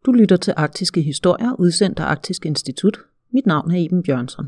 Du lytter til Arktiske Historier, udsendt af Arktisk Institut. Mit navn er Iben Bjørnsson.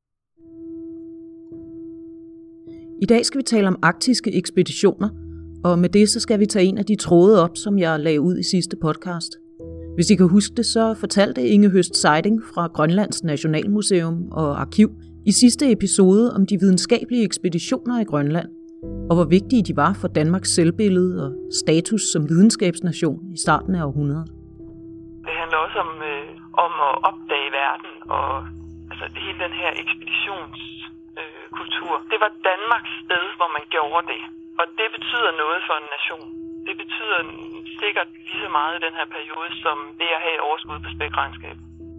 I dag skal vi tale om arktiske ekspeditioner, og med det så skal vi tage en af de tråde op, som jeg lagde ud i sidste podcast. Hvis I kan huske det, så fortalte Inge Høst Seiding fra Grønlands Nationalmuseum og Arkiv i sidste episode om de videnskabelige ekspeditioner i Grønland, og hvor vigtige de var for Danmarks selvbillede og status som videnskabsnation i starten af århundredet. Det handler også om at opdage verden, og altså hele den her ekspeditionskultur. Det var Danmarks sted, hvor man gjorde det, og det betyder noget for en nation. Det betyder sikkert lige så meget i den her periode, som det at have overskud på spækregnskab.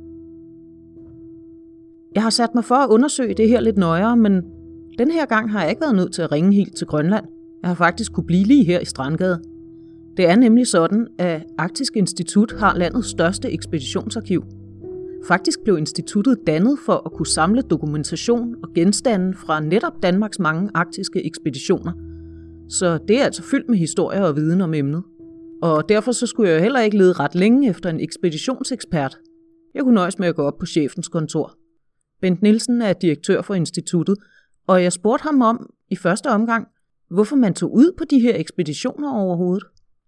Jeg har sat mig for at undersøge det her lidt nøjere, men den her gang har jeg ikke været nødt til at ringe helt til Grønland. Jeg har faktisk kunne blive lige her i Strandgade. Det er nemlig sådan, at Arktisk Institut har landets største ekspeditionsarkiv. Faktisk blev instituttet dannet for at kunne samle dokumentation og genstande fra netop Danmarks mange arktiske ekspeditioner. Så det er altså fyldt med historier og viden om emnet. Og derfor så skulle jeg heller ikke lede ret længe efter en ekspeditionsekspert. Jeg kunne nøjes med at gå op på chefens kontor. Bent Nielsen er direktør for instituttet, og jeg spurgte ham om i første omgang, hvorfor man tog ud på de her ekspeditioner overhovedet.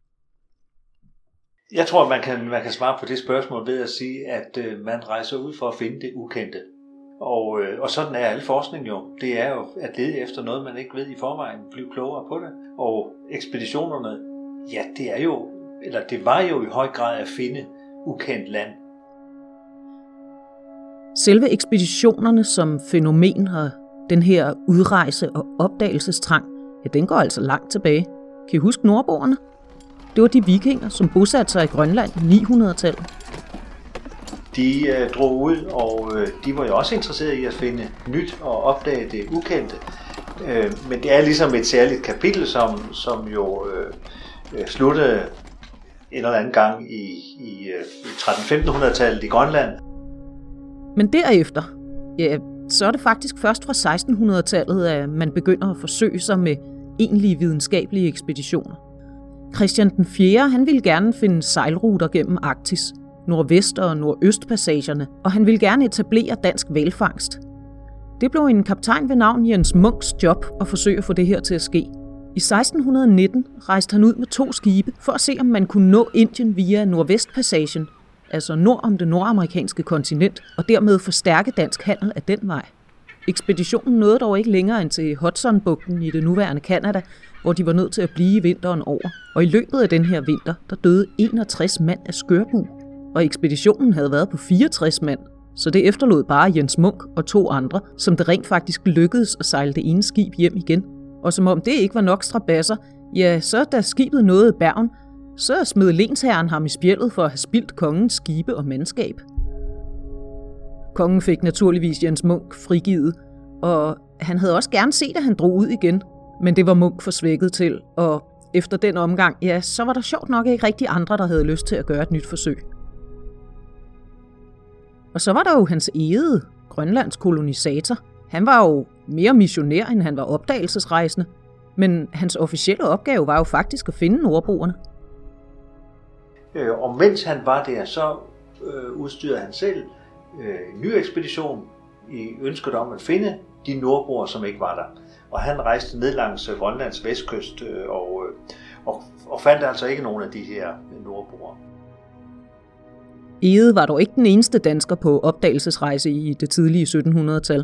Jeg tror, man kan svare på det spørgsmål ved at sige, at man rejser ud for at finde det ukendte. Og sådan er al forskning jo. Det er jo at lede efter noget, man ikke ved i forvejen, blive klogere på det. Og ekspeditionerne, ja, det var jo i høj grad at finde ukendt land. Selve ekspeditionerne som fænomen og den her udrejse- og opdagelsestrang, ja, den går altså langt tilbage. Kan I huske nordboerne? Det var de vikinger, som bosatte sig i Grønland i 900-tallet. De drog ud, og de var jo også interesserede i at finde nyt og opdage det ukendte. Men det er ligesom et særligt kapitel, som jo sluttede en eller anden gang i 1300-1500-tallet i Grønland. Men derefter, ja, så er det faktisk først fra 1600-tallet, at man begynder at forsøge sig med egentlige videnskabelige ekspeditioner. Christian den 4. han ville gerne finde sejlruter gennem Arktis, nordvest- og nordøstpassagerne, og han ville gerne etablere dansk hvalfangst. Det blev en kaptajn ved navn Jens Munks job at forsøge at få det her til at ske. I 1619 rejste han ud med 2 skibe for at se, om man kunne nå Indien via nordvestpassagen, altså nord om det nordamerikanske kontinent, og dermed forstærke dansk handel af den vej. Ekspeditionen nåede dog ikke længere end til Hudsonbugten i det nuværende Canada, hvor de var nødt til at blive vinteren over. Og i løbet af den her vinter, der døde 61 mand af skørbu, og ekspeditionen havde været på 64 mand, så det efterlod bare Jens Munk og 2 andre, som det rent faktisk lykkedes at sejle det ene skib hjem igen. Og som om det ikke var nok strabasser, ja, så da skibet nåede Bergen, så smed lensherren ham i spjældet for at have spildt kongens skibe og mandskab. Kongen fik naturligvis Jens Munk frigivet, og han havde også gerne set, at han drog ud igen, men det var Munk for svækket til, og efter den omgang, ja, så var der sjovt nok ikke rigtig andre, der havde lyst til at gøre et nyt forsøg. Og så var der jo Hans Egede, Grønlands kolonisator. Han var jo mere missionær, end han var opdagelsesrejsende, men hans officielle opgave var jo faktisk at finde nordboerne. Og mens han var der, så udstyrede han selv en ny ekspedition i ønsket om at finde de nordboere, som ikke var der. Og han rejste ned langs Grønlands vestkyst og fandt altså ikke nogen af de her nordboere. Egede var dog ikke den eneste dansker på opdagelsesrejse i det tidlige 1700-tal.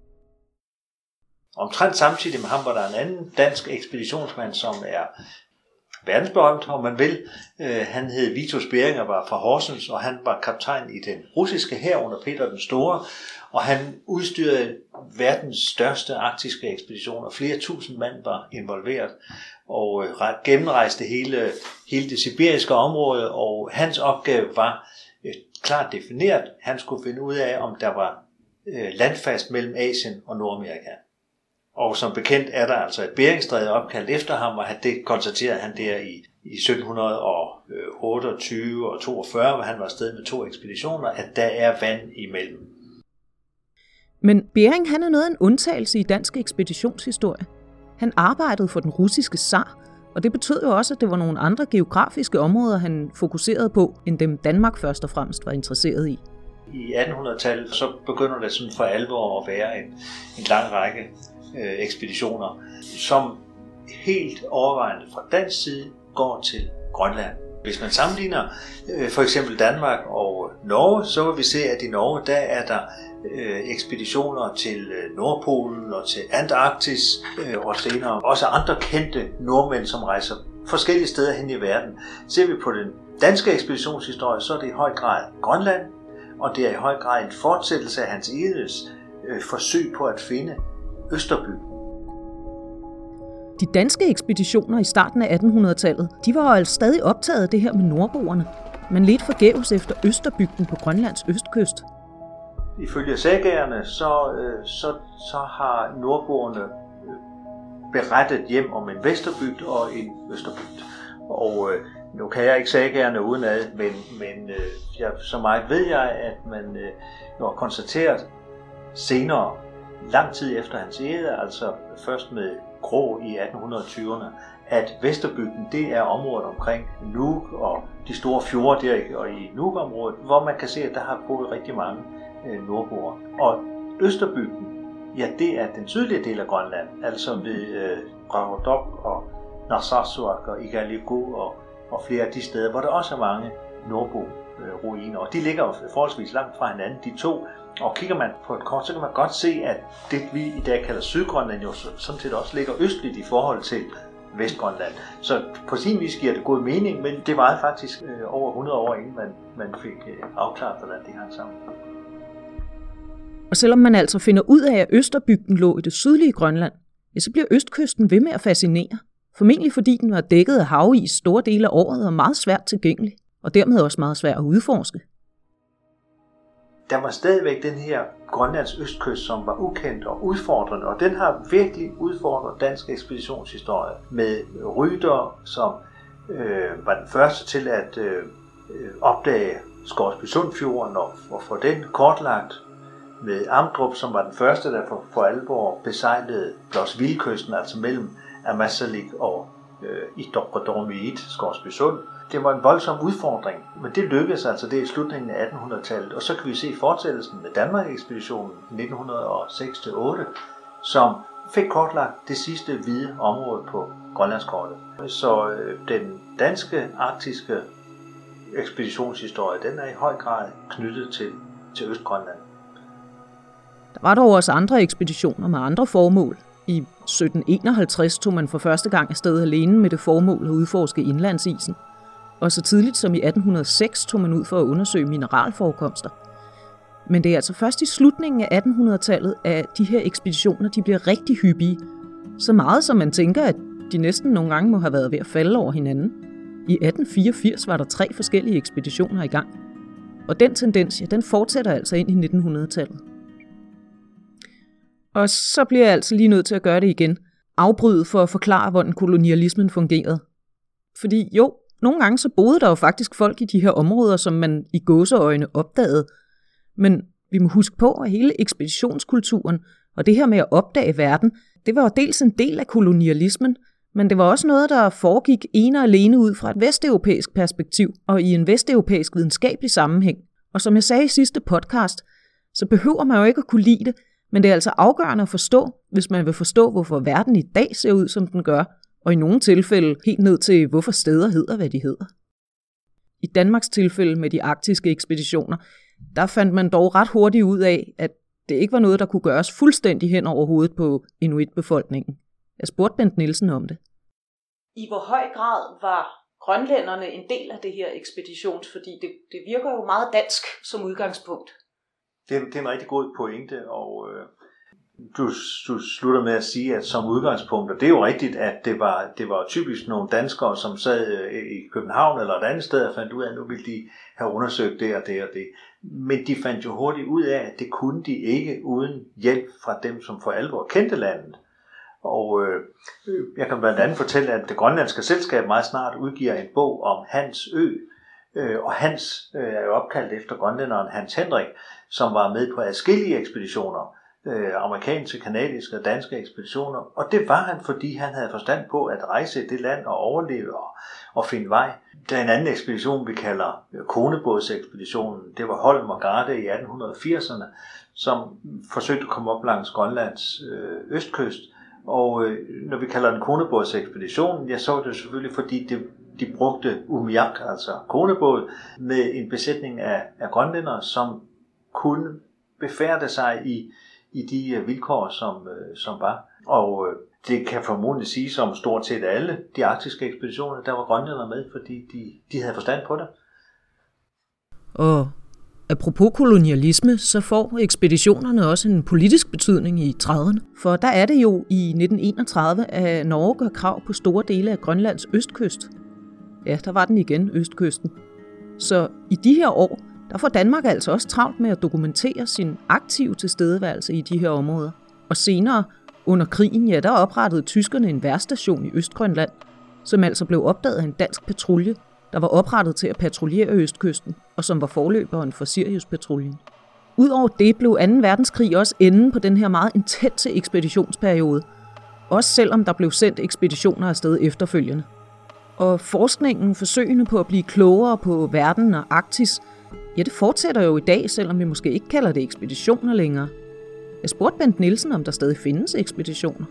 Omtrent samtidig med ham var der en anden dansk ekspeditionsmand, som er verdensberømt, om man vil. Han hed Vitus Bering og var fra Horsens, og han var kaptajn i den russiske hær under Peter den Store, og han udstyrede verdens største arktiske ekspedition, og flere tusind mand var involveret, og gennemrejste hele det sibiriske område, og hans opgave var klart defineret. Han skulle finde ud af, om der var landfast mellem Asien og Nordamerika. Og som bekendt er der altså et Beringstræde opkaldt efter ham, og det konstaterede han der i 1728 og 42, hvor han var afsted med 2 ekspeditioner, at der er vand imellem. Men Bering han er noget af en undtagelse i dansk ekspeditionshistorie. Han arbejdede for den russiske zar, Og det betød jo også, at det var nogle andre geografiske områder, han fokuserede på, end dem Danmark først og fremmest var interesseret i. I 1800-tallet så begynder det sådan for alvor at være en lang række ekspeditioner, som helt overvejende fra dansk side går til Grønland. Hvis man sammenligner for eksempel Danmark og Norge, så vil vi se, at i Norge der er der ekspeditioner til Nordpolen og til Antarktis og senere også andre kendte nordmænd, som rejser forskellige steder hen i verden. Ser vi på den danske ekspeditionshistorie, så er det i høj grad Grønland, og det er i høj grad en fortsættelse af Hans Egedes forsøg på at finde Østerbygden. De danske ekspeditioner i starten af 1800-tallet, de var jo stadig optaget af det her med nordboerne, men lidt forgæves efter Østerbygden på Grønlands østkyst. Ifølge sagagerne, så har nordboerne berettet hjem om en Vesterbygd og en Østerbygd. Og nu kan jeg ikke sagagerne udenad, men så meget ved jeg, at man har konstateret senere, lang tid efter Hans Egede, altså først med Krog i 1820'erne, at Vesterbygden, det er området omkring Nuuk og de store fjorde der og i Nuuk-området, hvor man kan se, at der har boet rigtig mange nordboere. Og Østerbygden, ja, det er den sydlige del af Grønland, altså ved Qaqortoq og Narsarsuaq og Igaliku og flere af de steder, hvor der også er mange nordbo-ruiner. Og de ligger jo forholdsvis langt fra hinanden, de to. Og kigger man på et kort, så kan man godt se, at det vi i dag kalder Sydgrønland jo sådan set også ligger østligt i forhold til Vestgrønland. Så på sin vis giver det god mening, men det varede faktisk over 100 år, inden man fik afklaret, hvordan det hang sammen. Og selvom man altså finder ud af, at Østerbygden lå i det sydlige Grønland, ja, så bliver østkysten ved med at fascinere. Formentlig fordi den var dækket af havis store dele af året og meget svært tilgængelig, og dermed også meget svært at udforske. Der var stadigvæk den her Grønlands østkyst, som var ukendt og udfordrende, og den har virkelig udfordret dansk ekspeditionshistorie med Ryder, som var den første til at opdage Scoresbysundfjorden og få den kortlagt, med Amdrup, som var den første, der for alvor besejlede Blåsvildkysten, altså mellem Ammassalik og Iqaluit, Scoresbysund. Det var en voldsom udfordring, men det lykkedes altså det i slutningen af 1800-tallet. Og så kan vi se fortsættelsen med Danmark-ekspeditionen 1906-8, som fik kortlagt det sidste hvide område på Grønlandskortet. Så den danske arktiske ekspeditionshistorie, den er i høj grad knyttet til Østgrønland. Der var dog også andre ekspeditioner med andre formål. I 1751 tog man for første gang afsted alene med det formål at udforske indlandsisen. Og så tidligt som i 1806 tog man ud for at undersøge mineralforekomster. Men det er altså først i slutningen af 1800-tallet, at de her ekspeditioner de bliver rigtig hyppige. Så meget som man tænker, at de næsten nogle gange må have været ved at falde over hinanden. I 1884 var der 3 forskellige ekspeditioner i gang. Og den tendens, ja, den fortsætter altså ind i 1900-tallet. Og så bliver jeg altså lige nødt til at gøre det igen. Afbryde for at forklare, hvordan kolonialismen fungerede. Fordi jo, nogle gange så boede der jo faktisk folk i de her områder, som man i gåseøjne opdagede. Men vi må huske på, at hele ekspeditionskulturen og det her med at opdage verden, det var jo dels en del af kolonialismen, men det var også noget, der foregik ene og alene ud fra et vesteuropæisk perspektiv og i en vesteuropæisk videnskabelig sammenhæng. Og som jeg sagde i sidste podcast, så behøver man jo ikke at kunne lide det, men det er altså afgørende at forstå, hvis man vil forstå, hvorfor verden i dag ser ud, som den gør, og i nogle tilfælde helt ned til, hvorfor steder hedder, hvad de hedder. I Danmarks tilfælde med de arktiske ekspeditioner, der fandt man dog ret hurtigt ud af, at det ikke var noget, der kunne gøres fuldstændig hen over hovedet på inuitbefolkningen. Jeg spurgte Bent Nielsen om det. I hvor høj grad var grønlænderne en del af det her ekspeditions, fordi det virker jo meget dansk som udgangspunkt. Det er en rigtig god pointe, og du slutter med at sige, at som udgangspunkt, og det er jo rigtigt, at det var typisk nogle danskere, som sad i København eller et andet sted og fandt ud af, at nu ville de have undersøgt det og det og det. Men de fandt jo hurtigt ud af, at det kunne de ikke uden hjælp fra dem, som for alvor kendte landet. Og jeg kan blandt andet fortælle, at det grønlandske selskab meget snart udgiver en bog om Hans Ø. Og Hans er jo opkaldt efter grønlænderen Hans Henrik, som var med på adskillige ekspeditioner amerikanske, kanadiske og danske ekspeditioner. Og det var han, fordi han havde forstand på at rejse i det land og overleve og finde vej. Der er en anden ekspedition, vi kalder Konebådsekspeditionen. Det var Holm og Garde i 1880'erne, som forsøgte at komme op langs Grønlands østkyst. Og når vi kalder den Konebådsekspeditionen, ja, så er det selvfølgelig, fordi de brugte umiak, altså konebåd, med en besætning af grønlændere, som kunne befærde sig i de vilkår, som var. Og det kan formodentlig siges om stort set alle de arktiske ekspeditioner, der var grønlændere med, fordi de havde forstand på det. Og apropos kolonialisme, så får ekspeditionerne også en politisk betydning i 30'erne. For der er det jo i 1931, at Norge gør krav på store dele af Grønlands østkyst. Ja, der var den igen, østkysten. Så i de her år, der får Danmark altså også travlt med at dokumentere sin aktive tilstedeværelse i de her områder. Og senere, under krigen, ja, der oprettede tyskerne en vejrstation i Østgrønland, som altså blev opdaget af en dansk patrulje, der var oprettet til at patruljere østkysten, og som var forløberen for Sirius-patruljen. Udover det blev 2. verdenskrig også enden på den her meget intense ekspeditionsperiode, også selvom der blev sendt ekspeditioner afsted efterfølgende. Og forskningen, forsøgene på at blive klogere på verden og Arktis, ja, det fortsætter jo i dag, selvom vi måske ikke kalder det ekspeditioner længere. Jeg spurgte Bent Nielsen, om der stadig findes ekspeditioner.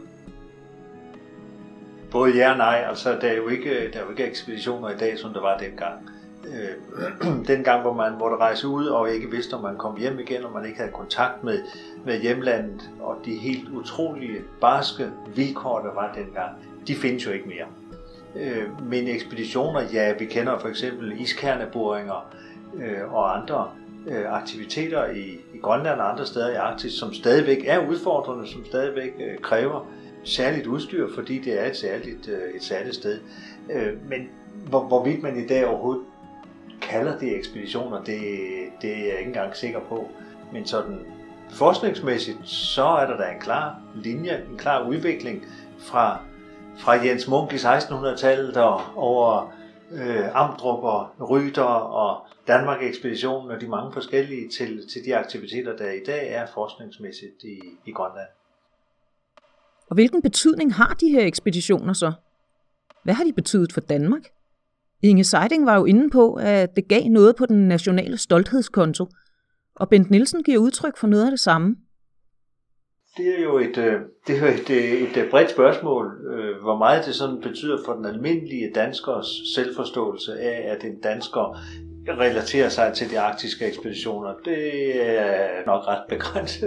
Både ja og nej. Altså, der er jo ikke ekspeditioner i dag, som der var dengang. Dengang, hvor man måtte rejse ud og ikke vidste, om man kom hjem igen, og man ikke havde kontakt med hjemlandet, og de helt utrolige, barske vilkår, der var dengang, de findes jo ikke mere. Men ekspeditioner, ja, vi kender for eksempel iskerneboringer og andre aktiviteter i Grønland og andre steder i Arktis, som stadigvæk er udfordrende, som stadigvæk kræver særligt udstyr, fordi det er et særligt sted. Men hvorvidt man i dag overhovedet kalder det ekspeditioner, det er jeg ikke engang sikker på. Men sådan forskningsmæssigt, så er der en klar linje, en klar udvikling fra Jens Munk i 1600-tallet og over Amdrup og Rytter og Danmark-ekspeditionen og de mange forskellige til de aktiviteter, der i dag er forskningsmæssigt i Grønland. Og hvilken betydning har de her ekspeditioner så? Hvad har de betydet for Danmark? Inge Seiding var jo inde på, at det gav noget på den nationale stolthedskonto, og Bent Nielsen giver udtryk for noget af det samme. Det er jo et bredt spørgsmål, hvor meget det sådan betyder for den almindelige danskers selvforståelse af, at en dansker relaterer sig til de arktiske ekspeditioner. Det er nok ret begrænset.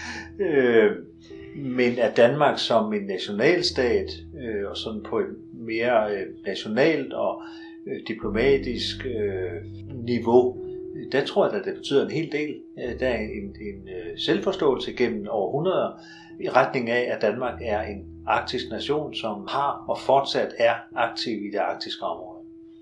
Men at Danmark som en nationalstat, og sådan på et mere nationalt og diplomatisk niveau, der tror jeg, at det betyder en hel del. Der er en selvforståelse gennem århundreder i retning af, at Danmark er en arktisk nation, som har og fortsat er aktiv i det arktiske område.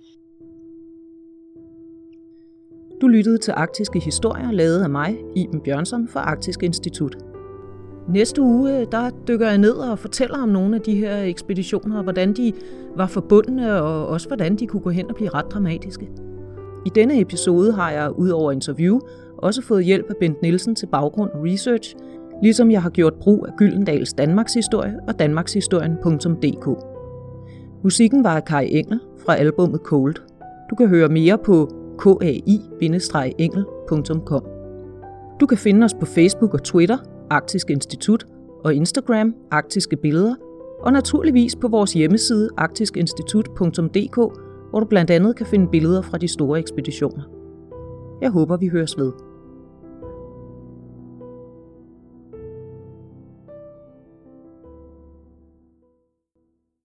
Du lyttede til Arktiske Historier, lavet af mig, Iben Bjørnsson fra Arktisk Institut. Næste uge, der dykker jeg ned og fortæller om nogle af de her ekspeditioner, og hvordan de var forbundne, og også hvordan de kunne gå hen og blive ret dramatiske. I denne episode har jeg, udover interview, også fået hjælp af Bent Nielsen til baggrund og research, ligesom jeg har gjort brug af Gyldendals Danmarkshistorie og danmarkshistorien.dk. Musikken var af Kai Engel fra albummet Cold. Du kan høre mere på kai-engel.com. Du kan finde os på Facebook og Twitter, Arktisk Institut, og Instagram, Arktiske Billeder, og naturligvis på vores hjemmeside arktiskinstitut.dk, hvor du blandt andet kan finde billeder fra de store ekspeditioner. Jeg håber, vi høres ved.